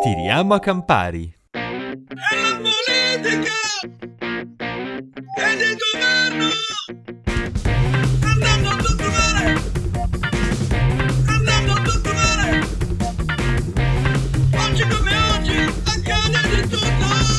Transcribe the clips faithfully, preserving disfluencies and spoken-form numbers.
Tiriamo a Campari. È la politica! È di governo! Andiamo a tutto male! Andiamo a tutto male! Oggi come oggi accade di tutto!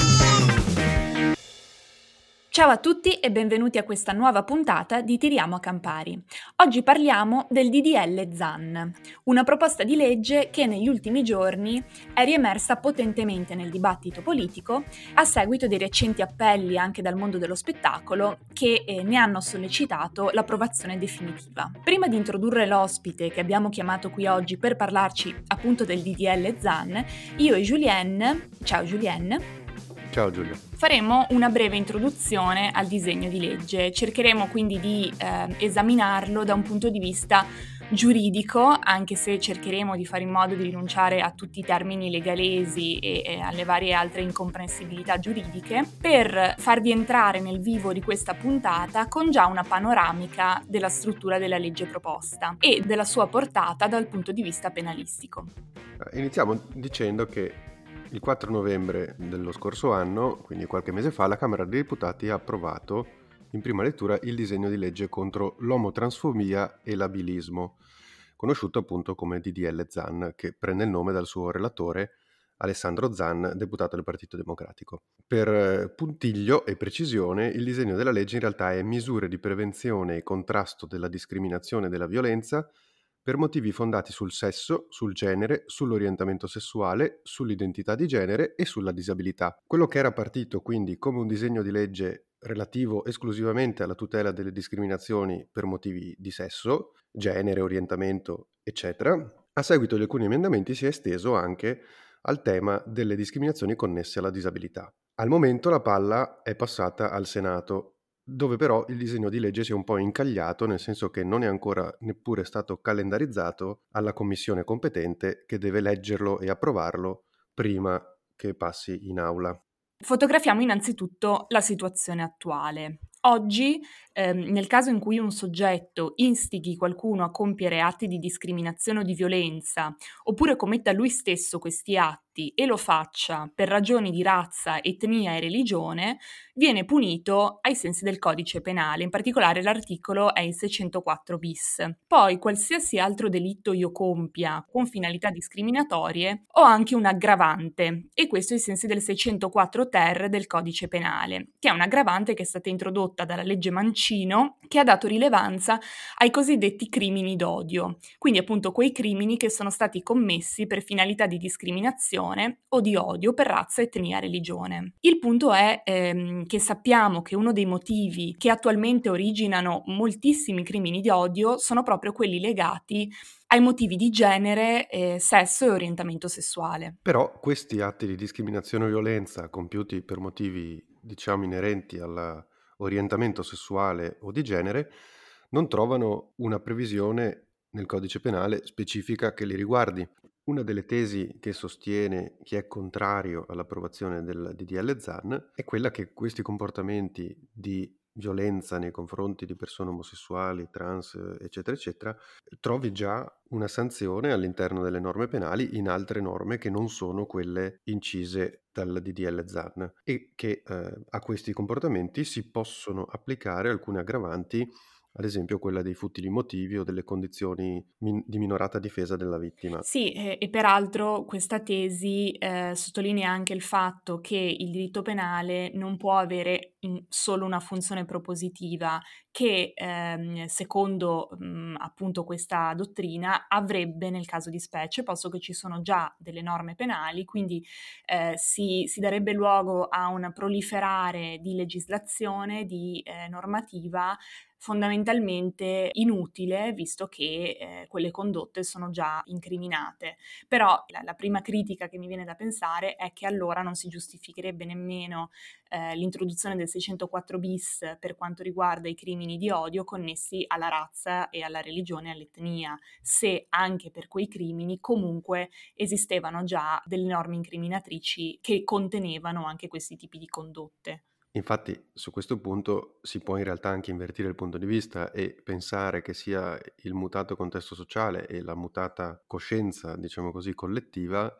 Ciao a tutti e benvenuti a questa nuova puntata di Tiriamo a Campari. Oggi parliamo del D D L Zan, una proposta di legge che negli ultimi giorni è riemersa potentemente nel dibattito politico a seguito dei recenti appelli anche dal mondo dello spettacolo che eh, ne hanno sollecitato l'approvazione definitiva. Prima di introdurre l'ospite che abbiamo chiamato qui oggi per parlarci appunto del D D L Zan, io e Julienne, ciao Julienne, Ciao Giulia. faremo una breve introduzione al disegno di legge. Cercheremo quindi di eh, esaminarlo da un punto di vista giuridico, anche se cercheremo di fare in modo di rinunciare a tutti i termini legalesi e, e alle varie altre incomprensibilità giuridiche, per farvi entrare nel vivo di questa puntata con già una panoramica della struttura della legge proposta e della sua portata dal punto di vista penalistico. Iniziamo dicendo che il quattro novembre dello scorso anno, quindi qualche mese fa, la Camera dei Deputati ha approvato in prima lettura il disegno di legge contro l'omotransfobia e l'abilismo, conosciuto appunto come D D L Zan, che prende il nome dal suo relatore Alessandro Zan, deputato del Partito Democratico. Per puntiglio e precisione, il disegno della legge in realtà è misure di prevenzione e contrasto della discriminazione e della violenza per motivi fondati sul sesso, sul genere, sull'orientamento sessuale, sull'identità di genere e sulla disabilità. Quello che era partito quindi come un disegno di legge relativo esclusivamente alla tutela delle discriminazioni per motivi di sesso, genere, orientamento, eccetera, a seguito di alcuni emendamenti si è esteso anche al tema delle discriminazioni connesse alla disabilità. Al momento la palla è passata al Senato, dove però il disegno di legge si è un po' incagliato, nel senso che non è ancora neppure stato calendarizzato alla commissione competente che deve leggerlo e approvarlo prima che passi in aula. Fotografiamo innanzitutto la situazione attuale. Oggi, ehm, nel caso in cui un soggetto instighi qualcuno a compiere atti di discriminazione o di violenza, oppure commetta lui stesso questi atti e lo faccia per ragioni di razza, etnia e religione, viene punito ai sensi del codice penale, in particolare l'articolo è il seicentoquattro bis. Poi qualsiasi altro delitto io compia con finalità discriminatorie ho anche un aggravante, e questo ai sensi del seicentoquattro ter del codice penale, che è un'aggravante che è stata introdotta dalla legge Mancino, che ha dato rilevanza ai cosiddetti crimini d'odio, quindi appunto quei crimini che sono stati commessi per finalità di discriminazione o di odio per razza, etnia, religione. Il punto è ehm, che sappiamo che uno dei motivi che attualmente originano moltissimi crimini di odio sono proprio quelli legati ai motivi di genere, eh, sesso e orientamento sessuale. Però questi atti di discriminazione o violenza compiuti per motivi, diciamo, inerenti all'orientamento sessuale o di genere non trovano una previsione nel codice penale specifica che li riguardi. Una delle tesi che sostiene chi è contrario all'approvazione del D D L Zan è quella che questi comportamenti di violenza nei confronti di persone omosessuali, trans, eccetera, eccetera, trovi già una sanzione all'interno delle norme penali in altre norme che non sono quelle incise dal D D L Zan e che eh, a questi comportamenti si possono applicare alcune aggravanti, ad esempio quella dei futili motivi o delle condizioni min- di minorata difesa della vittima. Sì, e, e peraltro questa tesi eh, sottolinea anche il fatto che il diritto penale non può avere in- solo una funzione propositiva, che ehm, secondo mh, appunto questa dottrina avrebbe nel caso di specie, posto che ci sono già delle norme penali, quindi eh, si, si darebbe luogo a un proliferare di legislazione, di eh, normativa fondamentalmente inutile, visto che eh, quelle condotte sono già incriminate. Però la, la prima critica che mi viene da pensare è che allora non si giustificherebbe nemmeno eh, l'introduzione del seicentoquattro bis per quanto riguarda i crimini di odio connessi alla razza e alla religione e all'etnia, se anche per quei crimini comunque esistevano già delle norme incriminatrici che contenevano anche questi tipi di condotte. Infatti su questo punto si può in realtà anche invertire il punto di vista e pensare che sia il mutato contesto sociale e la mutata coscienza, diciamo così, collettiva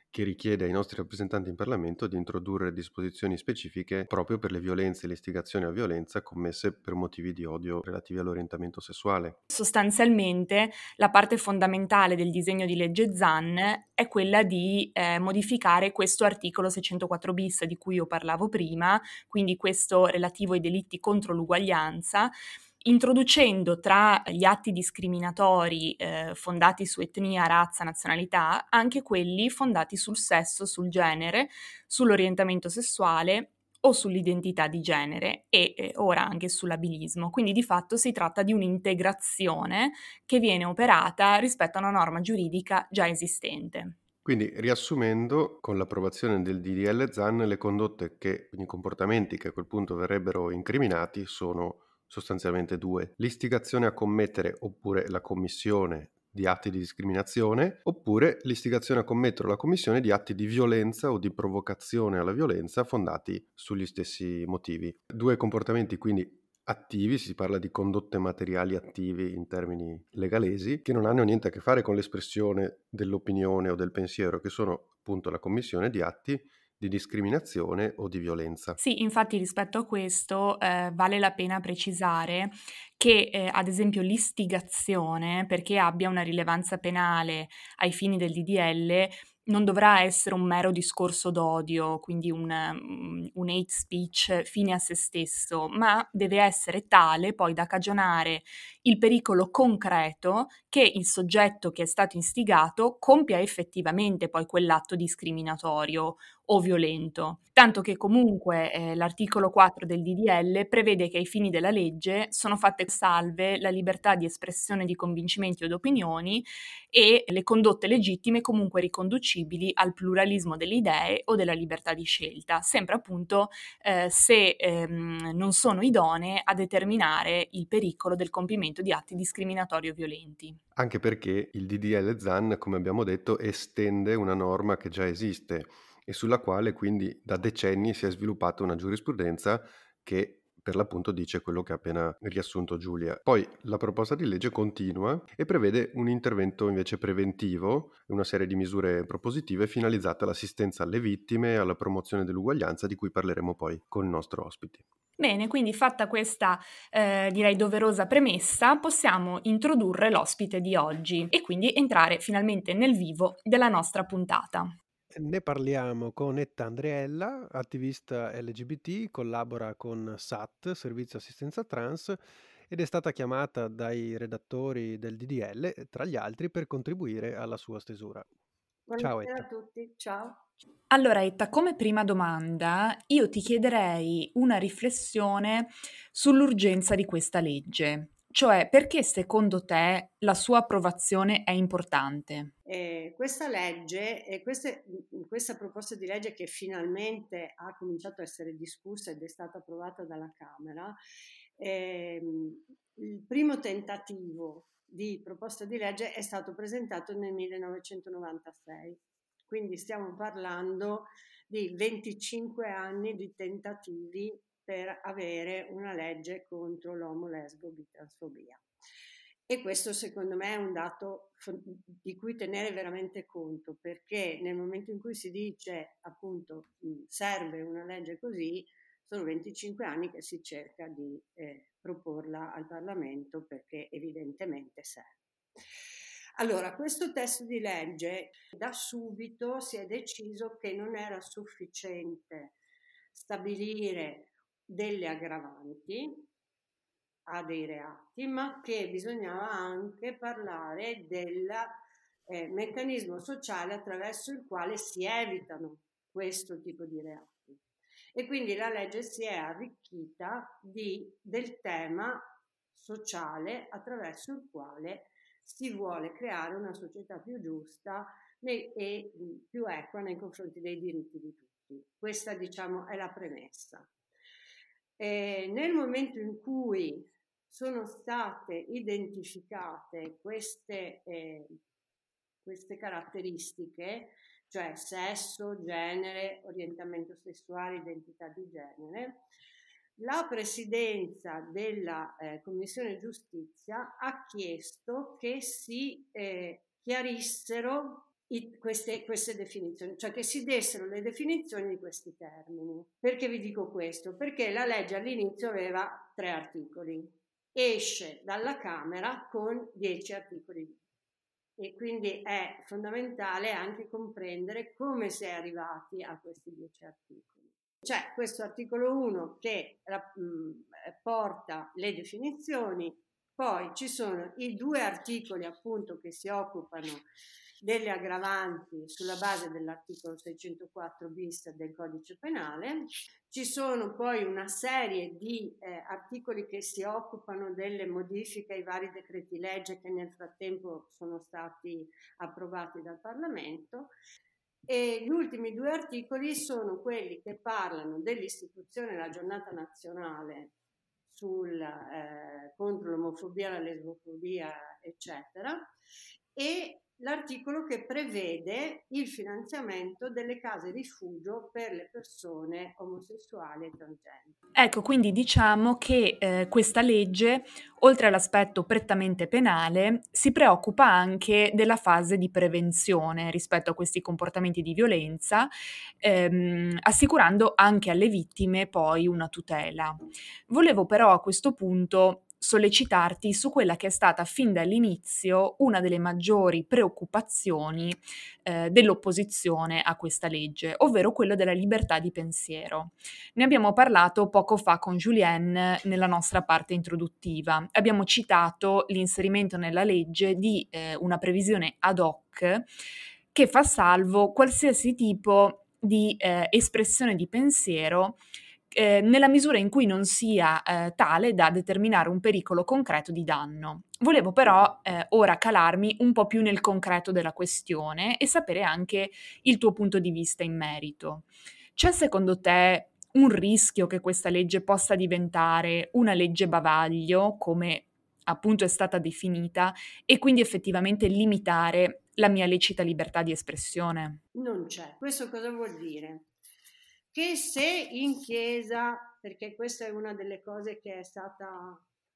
che richiede ai nostri rappresentanti in Parlamento di introdurre disposizioni specifiche proprio per le violenze e le istigazioni a violenza commesse per motivi di odio relativi all'orientamento sessuale. Sostanzialmente la parte fondamentale del disegno di legge Zan è quella di eh, modificare questo articolo seicentoquattro bis di cui io parlavo prima, quindi questo relativo ai delitti contro l'uguaglianza, introducendo tra gli atti discriminatori eh, fondati su etnia, razza, nazionalità, anche quelli fondati sul sesso, sul genere, sull'orientamento sessuale o sull'identità di genere e eh, ora anche sull'abilismo. Quindi di fatto si tratta di un'integrazione che viene operata rispetto a una norma giuridica già esistente. Quindi, riassumendo, con l'approvazione del D D L Zan, le condotte che, quindi i comportamenti che a quel punto verrebbero incriminati sono sostanzialmente due: l'istigazione a commettere oppure la commissione di atti di discriminazione, oppure l'istigazione a commettere o la commissione di atti di violenza o di provocazione alla violenza fondati sugli stessi motivi. Due comportamenti quindi attivi, si parla di condotte materiali attivi in termini legalesi, che non hanno niente a che fare con l'espressione dell'opinione o del pensiero, che sono appunto la commissione di atti di discriminazione o di violenza. Sì, infatti rispetto a questo eh, vale la pena precisare che eh, ad esempio l'istigazione, perché abbia una rilevanza penale ai fini del D D L, non dovrà essere un mero discorso d'odio, quindi un, um, un hate speech fine a se stesso, ma deve essere tale poi da cagionare il pericolo concreto che il soggetto che è stato istigato compia effettivamente poi quell'atto discriminatorio o violento. Tanto che comunque eh, l'articolo quattro del D D L prevede che ai fini della legge sono fatte salve la libertà di espressione di convincimenti o di opinioni e le condotte legittime comunque riconducibili al pluralismo delle idee o della libertà di scelta, sempre appunto eh, se ehm, non sono idonee a determinare il pericolo del compimento di atti discriminatori o violenti. Anche perché il D D L Zan, come abbiamo detto, estende una norma che già esiste e sulla quale quindi da decenni si è sviluppata una giurisprudenza che per l'appunto dice quello che ha appena riassunto Giulia. Poi la proposta di legge continua e prevede un intervento invece preventivo, una serie di misure propositive finalizzate all'assistenza alle vittime e alla promozione dell'uguaglianza, di cui parleremo poi con il nostro ospite. Bene, quindi fatta questa eh, direi doverosa premessa, possiamo introdurre l'ospite di oggi e quindi entrare finalmente nel vivo della nostra puntata. Ne parliamo con Etta Andreella, attivista L G B T, collabora con S A T, Servizio Assistenza Trans, ed è stata chiamata dai redattori del D D L, tra gli altri, per contribuire alla sua stesura. Ciao Buonasera Etta. a tutti, ciao. Allora, Etta, come prima domanda, io ti chiederei una riflessione sull'urgenza di questa legge, cioè perché secondo te la sua approvazione è importante? Eh, questa legge, e queste, questa proposta di legge che finalmente ha cominciato a essere discussa ed è stata approvata dalla Camera, ehm, il primo tentativo di proposta di legge è stato presentato nel millenovecentonovantasei, quindi stiamo parlando di venticinque anni di tentativi per avere una legge contro l'omo, lesbo, bitransfobia. E questo secondo me è un dato di cui tenere veramente conto, perché nel momento in cui si dice appunto serve una legge così, sono venticinque anni che si cerca di eh, proporla al Parlamento, perché evidentemente serve. Allora, questo testo di legge da subito si è deciso che non era sufficiente stabilire delle aggravanti a dei reati, ma che bisognava anche parlare del eh, meccanismo sociale attraverso il quale si evitano questo tipo di reati. E quindi la legge si è arricchita di, del tema sociale attraverso il quale si vuole creare una società più giusta e più equa nei confronti dei diritti di tutti. Questa, diciamo, è la premessa. E nel momento in cui sono state identificate queste, eh, queste caratteristiche, cioè sesso, genere, orientamento sessuale, identità di genere, la presidenza della eh, Commissione Giustizia ha chiesto che si eh, chiarissero i, queste, queste definizioni, cioè che si dessero le definizioni di questi termini. Perché vi dico questo? Perché la legge all'inizio aveva tre articoli, esce dalla Camera con dieci articoli e quindi è fondamentale anche comprendere come si è arrivati a questi dieci articoli. C'è questo articolo uno che mh, porta le definizioni, poi ci sono i due articoli appunto che si occupano delle aggravanti sulla base dell'articolo seicentoquattro bis del codice penale, ci sono poi una serie di eh, articoli che si occupano delle modifiche ai vari decreti legge che nel frattempo sono stati approvati dal Parlamento, e gli ultimi due articoli sono quelli che parlano dell'istituzione della giornata nazionale sul, eh, contro l'omofobia, la lesbofobia, eccetera, e l'articolo che prevede il finanziamento delle case rifugio per le persone omosessuali e transgender. Ecco, quindi diciamo che eh, questa legge, oltre all'aspetto prettamente penale, si preoccupa anche della fase di prevenzione rispetto a questi comportamenti di violenza, ehm, assicurando anche alle vittime poi una tutela. Volevo però a questo punto sollecitarti su quella che è stata fin dall'inizio una delle maggiori preoccupazioni eh, dell'opposizione a questa legge, ovvero quello della libertà di pensiero. Ne abbiamo parlato poco fa con Julien nella nostra parte introduttiva. Abbiamo citato l'inserimento nella legge di eh, una previsione ad hoc che fa salvo qualsiasi tipo di eh, espressione di pensiero Eh, nella misura in cui non sia eh, tale da determinare un pericolo concreto di danno. Volevo però eh, ora calarmi un po' più nel concreto della questione e sapere anche il tuo punto di vista in merito. C'è secondo te un rischio che questa legge possa diventare una legge bavaglio, come appunto è stata definita, e quindi effettivamente limitare la mia lecita libertà di espressione? Non c'è. Questo cosa vuol dire? Che se in chiesa, perché questa è una delle cose che è stata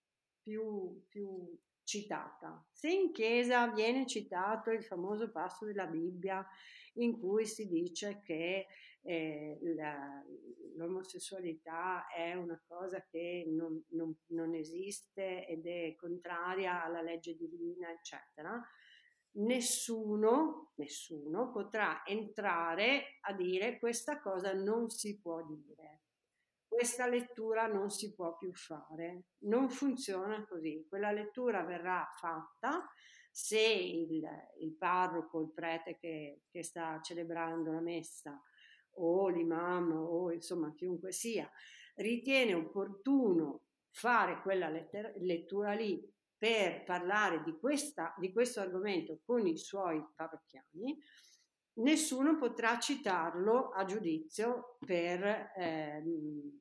più, più citata, se in chiesa viene citato il famoso passo della Bibbia in cui si dice che eh, la, l'omosessualità è una cosa che non, non, non esiste ed è contraria alla legge divina, eccetera, Nessuno, nessuno potrà entrare a dire questa cosa non si può dire, questa lettura non si può più fare, non funziona così, quella lettura verrà fatta se il, il parroco, il prete che, che sta celebrando la messa o l'imam o insomma chiunque sia, ritiene opportuno fare quella lettera, lettura lì per parlare di, questa, di questo argomento con i suoi parrocchiani, nessuno potrà citarlo a giudizio per ehm,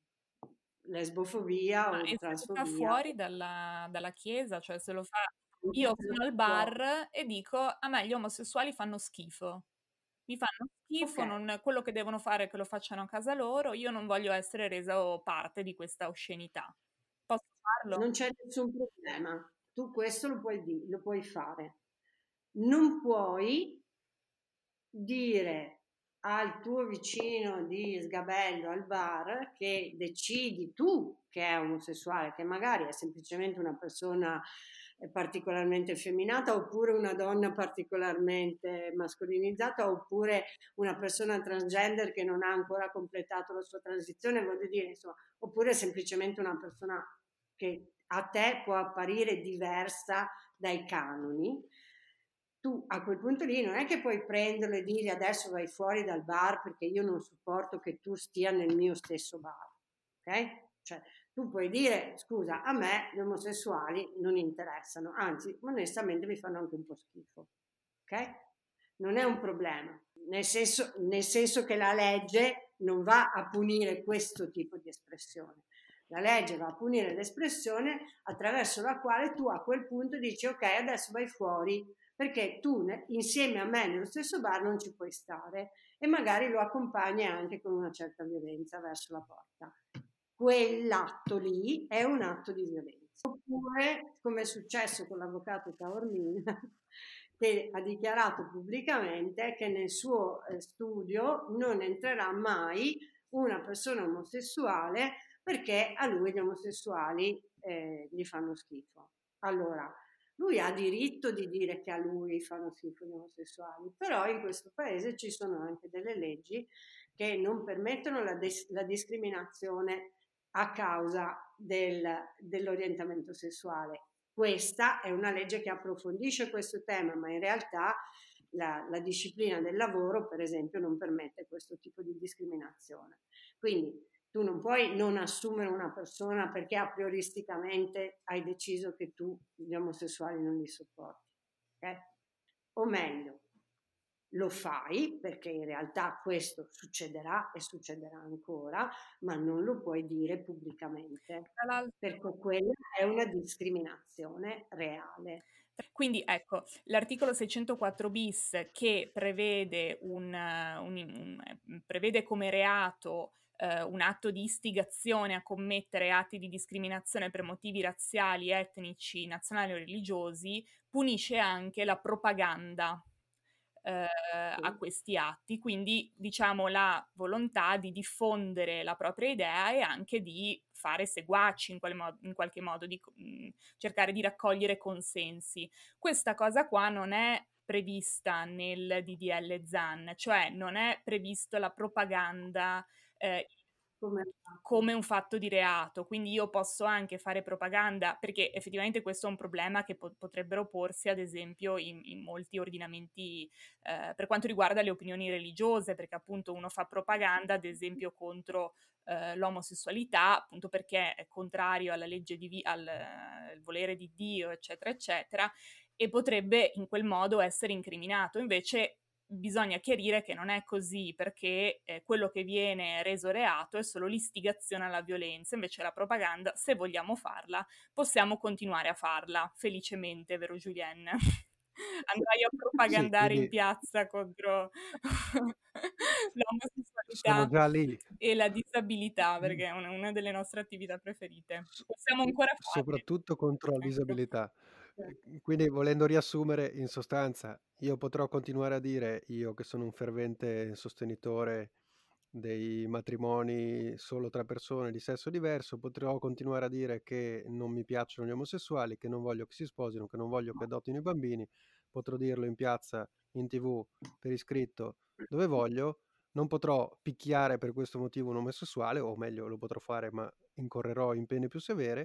lesbofobia Ma o e se lo fa transfobia. fuori dalla, dalla chiesa, cioè se lo fa io sono al bar e dico a me gli omosessuali fanno schifo, mi fanno schifo, Ok, non, quello che devono fare è che lo facciano a casa loro, io non voglio essere resa parte di questa oscenità. Posso farlo? non c'è nessun problema, tu questo lo puoi, di- lo puoi fare. Non puoi dire al tuo vicino di sgabello al bar che decidi tu che è omosessuale, che magari è semplicemente una persona particolarmente effeminata oppure una donna particolarmente mascolinizzata oppure una persona transgender che non ha ancora completato la sua transizione, voglio dire, insomma, oppure semplicemente una persona che a te può apparire diversa dai canoni. Tu a quel punto lì non è che puoi prenderlo e dirgli adesso vai fuori dal bar perché io non sopporto che tu stia nel mio stesso bar, ok? Cioè tu puoi dire scusa, a me gli omosessuali non interessano, anzi onestamente mi fanno anche un po' schifo, ok? Non è un problema, nel senso, nel senso che la legge non va a punire questo tipo di espressione. La legge va a punire l'espressione attraverso la quale tu a quel punto dici ok, adesso vai fuori perché tu insieme a me nello stesso bar non ci puoi stare e magari lo accompagni anche con una certa violenza verso la porta. Quell'atto lì è un atto di violenza. Oppure, come è successo con l'avvocato Taormina, che ha dichiarato pubblicamente che nel suo eh, studio non entrerà mai una persona omosessuale perché a lui gli omosessuali eh, gli fanno schifo. Allora, lui ha diritto di dire che a lui fanno schifo gli omosessuali, però in questo paese ci sono anche delle leggi che non permettono la, des- la discriminazione a causa del, dell'orientamento sessuale. Questa è una legge che approfondisce questo tema, ma in realtà la, la disciplina del lavoro, per esempio, non permette questo tipo di discriminazione. Quindi tu non puoi non assumere una persona perché a prioristicamente hai deciso che tu gli omosessuali non li sopporti. Okay? O meglio, lo fai perché in realtà questo succederà e succederà ancora, ma non lo puoi dire pubblicamente, perché quella è una discriminazione reale. Quindi ecco, l'articolo seicentoquattro bis che prevede, un, un, un, prevede come reato eh, un atto di istigazione a commettere atti di discriminazione per motivi razziali, etnici, nazionali o religiosi, punisce anche la propaganda eh, a questi atti, quindi diciamo la volontà di diffondere la propria idea e anche di fare seguaci in, quale mo- in qualche modo, di mh, cercare di raccogliere consensi. Questa cosa qua non è prevista nel D D L Zan, cioè non è previsto la propaganda eh, Come come un fatto di reato, quindi io posso anche fare propaganda, perché effettivamente questo è un problema che po- potrebbero porsi ad esempio in, in molti ordinamenti eh, per quanto riguarda le opinioni religiose, perché appunto uno fa propaganda ad esempio contro eh, l'omosessualità, appunto perché è contrario alla legge di vi- al, al volere di Dio, eccetera, eccetera, e potrebbe in quel modo essere incriminato. Invece bisogna chiarire che non è così, perché eh, quello che viene reso reato è solo l'istigazione alla violenza, invece la propaganda, se vogliamo farla, possiamo continuare a farla, felicemente, vero Julien? Andrai a propagandare Sì, in quindi piazza contro sono l'omosessualità già lì. e la disabilità, perché è una, una delle nostre attività preferite. S- Possiamo ancora farle. Soprattutto contro la Ecco. disabilità. Eh, Quindi, volendo riassumere, in sostanza, io potrò continuare a dire, io che sono un fervente sostenitore dei matrimoni solo tra persone di sesso diverso, potrò continuare a dire che non mi piacciono gli omosessuali, che non voglio che si sposino, che non voglio che adottino i bambini, potrò dirlo in piazza, in tv, per iscritto, dove voglio. Non potrò picchiare per questo motivo un omosessuale, o meglio lo potrò fare ma incorrerò in pene più severe,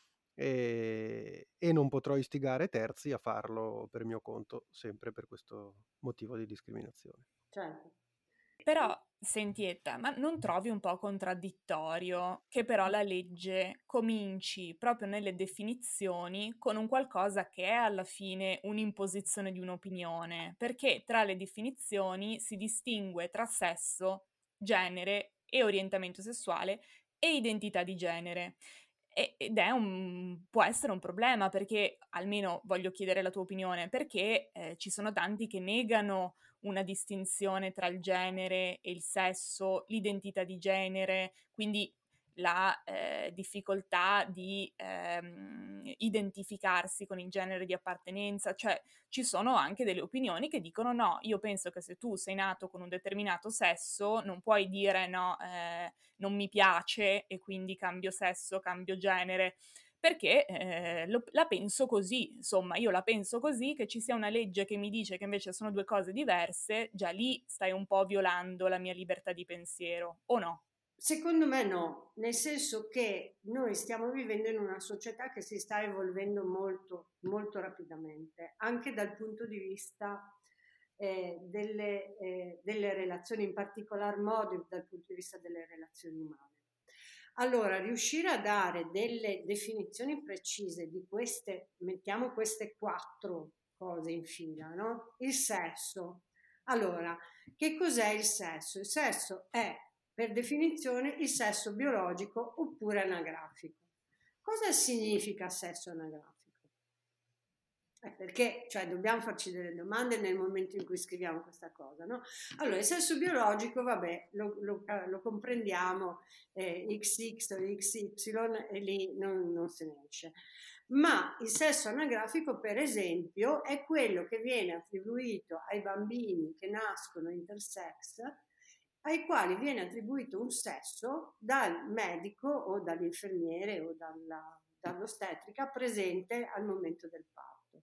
e, e non potrò istigare terzi a farlo per mio conto, sempre per questo motivo di discriminazione. certo. Però, sentietta, ma non trovi un po' contraddittorio che però la legge cominci proprio nelle definizioni con un qualcosa che è alla fine un'imposizione di un'opinione? Perché tra le definizioni si distingue tra sesso, genere e orientamento sessuale e identità di genere. E- Ed è un, può essere un problema perché, almeno voglio chiedere la tua opinione, perché eh, ci sono tanti che negano una distinzione tra il genere e il sesso, l'identità di genere, quindi la eh, difficoltà di ehm, identificarsi con il genere di appartenenza, cioè ci sono anche delle opinioni che dicono no, io penso che se tu sei nato con un determinato sesso non puoi dire no, eh, non mi piace e quindi cambio sesso, cambio genere, perché eh, lo, la penso così, insomma, io la penso così, che ci sia una legge che mi dice che invece sono due cose diverse, già lì stai un po' violando la mia libertà di pensiero, o no? Secondo me no, nel senso che noi stiamo vivendo in una società che si sta evolvendo molto, molto rapidamente, anche dal punto di vista eh, delle, eh, delle relazioni, in particolar modo dal punto di vista delle relazioni umane. Allora, riuscire a dare delle definizioni precise di queste, mettiamo queste quattro cose in fila, no? Il sesso. Allora, che cos'è il sesso? Il sesso è, per definizione, il sesso biologico oppure anagrafico. Cosa significa sesso anagrafico? Eh, perché cioè, dobbiamo farci delle domande nel momento in cui scriviamo questa cosa, no? Allora, il sesso biologico, vabbè, lo, lo, lo comprendiamo, eh, X X o X Y, e lì non, non se ne esce. ma il sesso anagrafico, per esempio, è quello che viene attribuito ai bambini che nascono intersex, ai quali viene attribuito un sesso dal medico o dall'infermiere o dalla, dall'ostetrica presente al momento del parto.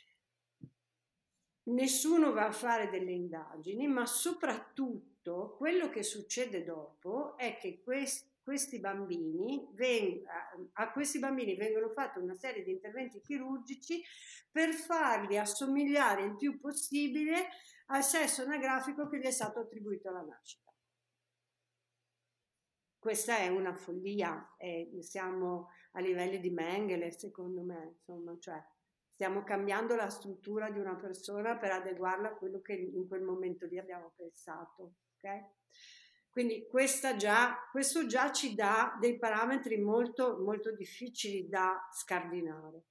Nessuno va a fare delle indagini, ma soprattutto quello che succede dopo è che questi questi bambini, a questi bambini vengono fatte una serie di interventi chirurgici per farli assomigliare il più possibile al sesso anagrafico che gli è stato attribuito alla nascita. Questa è una follia, eh, siamo a livelli di Mengele, secondo me, insomma, cioè stiamo cambiando la struttura di una persona per adeguarla a quello che in quel momento lì abbiamo pensato, ok? Quindi questa già, questo già ci dà dei parametri molto, molto difficili da scardinare.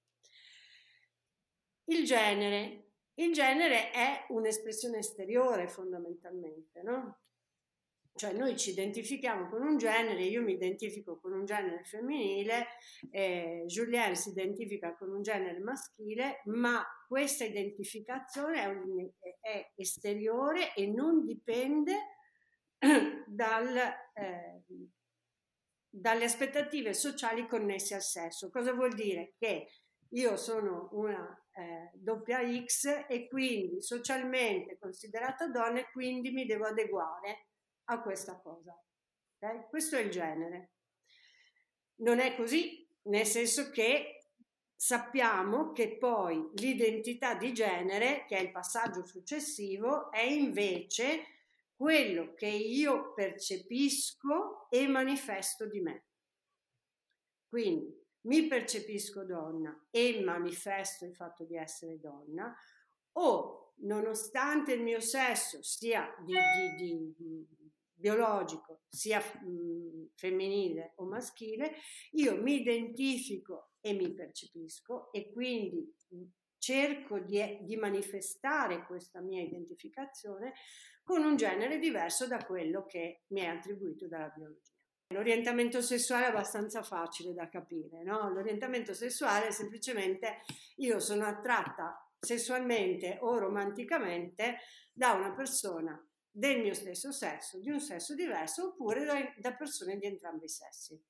Il genere. Il genere è un'espressione esteriore fondamentalmente, no? Cioè noi ci identifichiamo con un genere, io mi identifico con un genere femminile, eh, Julien si identifica con un genere maschile, ma questa identificazione è, un, è esteriore e non dipende Dal, eh, dalle aspettative sociali connesse al sesso. Cosa vuol dire? Che io sono una eh, doppia X e quindi socialmente considerata donna e quindi mi devo adeguare a questa cosa. Okay? Questo è il genere. Non è così, nel senso che sappiamo che poi l'identità di genere, che è il passaggio successivo, è invece quello che io percepisco e manifesto di me. Quindi mi percepisco donna e manifesto il fatto di essere donna, o nonostante il mio sesso sia di, di, di, di biologico, sia mh, femminile o maschile, io mi identifico e mi percepisco e quindi cerco di, di manifestare questa mia identificazione con un genere diverso da quello che mi è attribuito dalla biologia. L'orientamento sessuale è abbastanza facile da capire, no? L'orientamento sessuale è semplicemente io sono attratta sessualmente o romanticamente da una persona del mio stesso sesso, di un sesso diverso, oppure da, da persone di entrambi i sessi.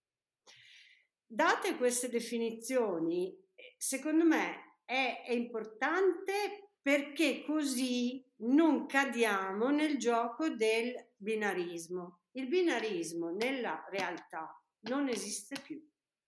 Date queste definizioni, secondo me è, è importante perché così non cadiamo nel gioco del binarismo. Il binarismo nella realtà non esiste più.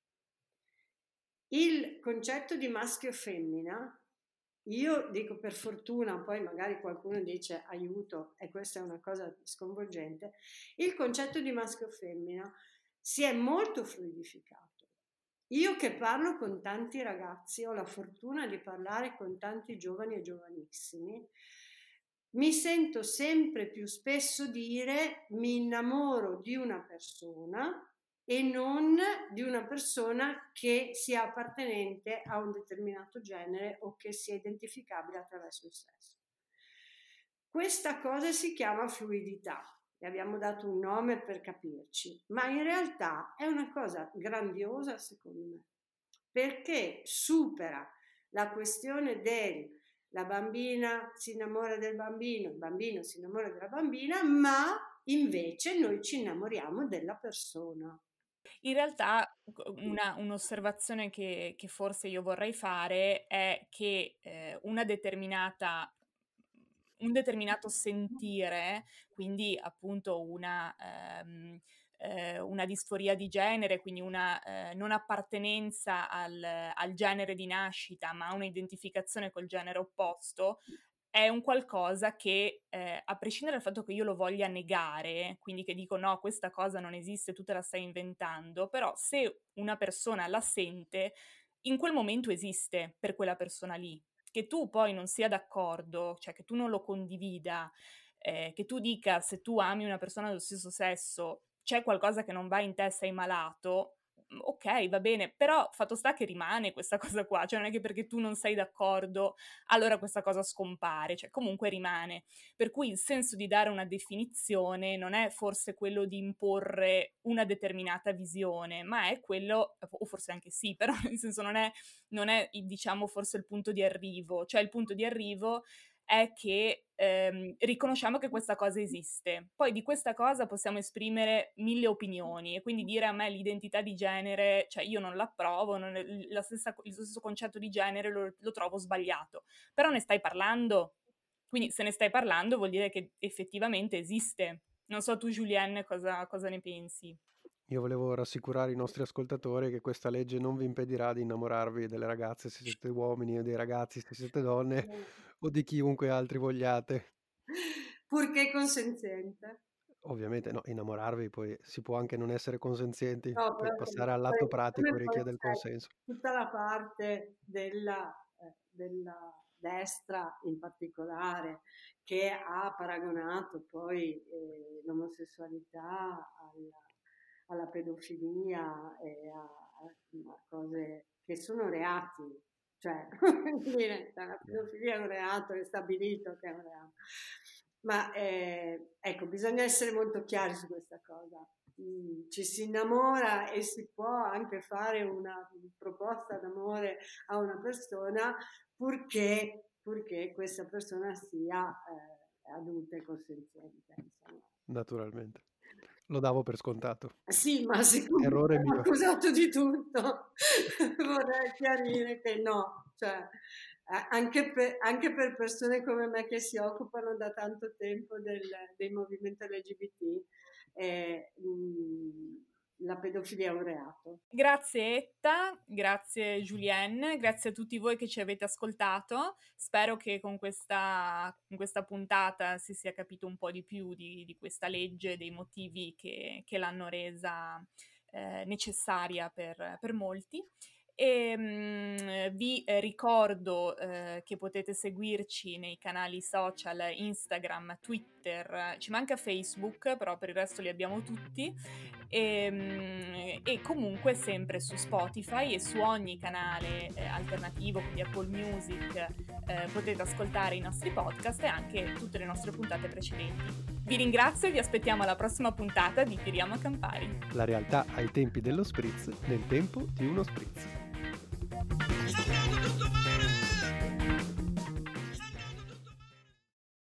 Il concetto di maschio e femmina, io dico per fortuna, poi magari qualcuno dice aiuto e questa è una cosa sconvolgente, il concetto di maschio e femmina si è molto fluidificato. Io che parlo con tanti ragazzi, ho la fortuna di parlare con tanti giovani e giovanissimi, mi sento sempre più spesso dire mi innamoro di una persona e non di una persona che sia appartenente a un determinato genere o che sia identificabile attraverso il sesso. Questa cosa si chiama fluidità. E abbiamo dato un nome per capirci, ma in realtà è una cosa grandiosa secondo me, perché supera la questione del la bambina si innamora del bambino, il bambino si innamora della bambina, ma invece noi ci innamoriamo della persona. In realtà una, un'osservazione che, che forse io vorrei fare è che eh, una determinata un determinato sentire, quindi appunto una, ehm, eh, una disforia di genere, quindi una eh, non appartenenza al, al genere di nascita, ma una identificazione col genere opposto, è un qualcosa che, eh, a prescindere dal fatto che io lo voglia negare, quindi che dico no, questa cosa non esiste, tu te la stai inventando, però se una persona la sente, in quel momento esiste per quella persona lì. Che tu poi non sia d'accordo, cioè che tu non lo condivida, eh, che tu dica se tu ami una persona dello stesso sesso c'è qualcosa che non va in te, sei malato, ok, va bene, però fatto sta che rimane questa cosa qua, cioè non è che perché tu non sei d'accordo allora questa cosa scompare, cioè comunque rimane. Per cui il senso di dare una definizione non è forse quello di imporre una determinata visione, ma è quello, o forse anche sì, però nel senso non è, non è diciamo forse il punto di arrivo, cioè il punto di arrivo è che ehm, riconosciamo che questa cosa esiste. Poi di questa cosa possiamo esprimere mille opinioni e quindi dire a me l'identità di genere, cioè io non l'approvo, non è, la stessa, il stesso concetto di genere lo, lo trovo sbagliato. Però ne stai parlando, quindi se ne stai parlando vuol dire che effettivamente esiste. Non so tu, Julien, cosa, cosa ne pensi? Io volevo rassicurare i nostri ascoltatori che questa legge non vi impedirà di innamorarvi delle ragazze se siete uomini o dei ragazzi se siete donne o di chiunque altri vogliate. Purché consenziente. Ovviamente no, innamorarvi poi si può anche non essere consenzienti, No, poi però passare come, all'atto poi- pratico come poi richiede il c'è consenso. tutta la parte della, eh, della destra in particolare che ha paragonato poi eh, l'omosessualità alla, alla pedofilia e a, a- a cose che sono reati, cioè dire, la pedofilia è un reato, è stabilito che è un reato. Ma eh, ecco, bisogna essere molto chiari su questa cosa. Mm, ci si innamora e si può anche fare una proposta d'amore a una persona purché, purché questa persona sia eh, adulta e consenziente. Insomma. Naturalmente. Lo davo per scontato. Sì, ma siccome Errore mi mio. hanno accusato di tutto, vorrei chiarire che no, cioè, eh, anche, per, anche per persone come me che si occupano da tanto tempo del, del movimento L G B T, eh, mh, la pedofilia è un reato. Grazie Etta, grazie Julien, grazie a tutti voi che ci avete ascoltato. Spero che con questa, con questa puntata si sia capito un po' di più di, di questa legge, dei motivi che, che l'hanno resa eh, necessaria per, per molti. E mh, vi eh, ricordo eh, che potete seguirci nei canali social Instagram, Twitter, ci manca Facebook, però per il resto li abbiamo tutti. E, mh, e comunque sempre su Spotify e su ogni canale eh, alternativo, quindi Apple Music, eh, potete ascoltare i nostri podcast e anche tutte le nostre puntate precedenti. Vi ringrazio e vi aspettiamo alla prossima puntata di Tiriamo a Campari. La realtà ai tempi dello spritz, nel tempo di uno spritz. È andato tutto male!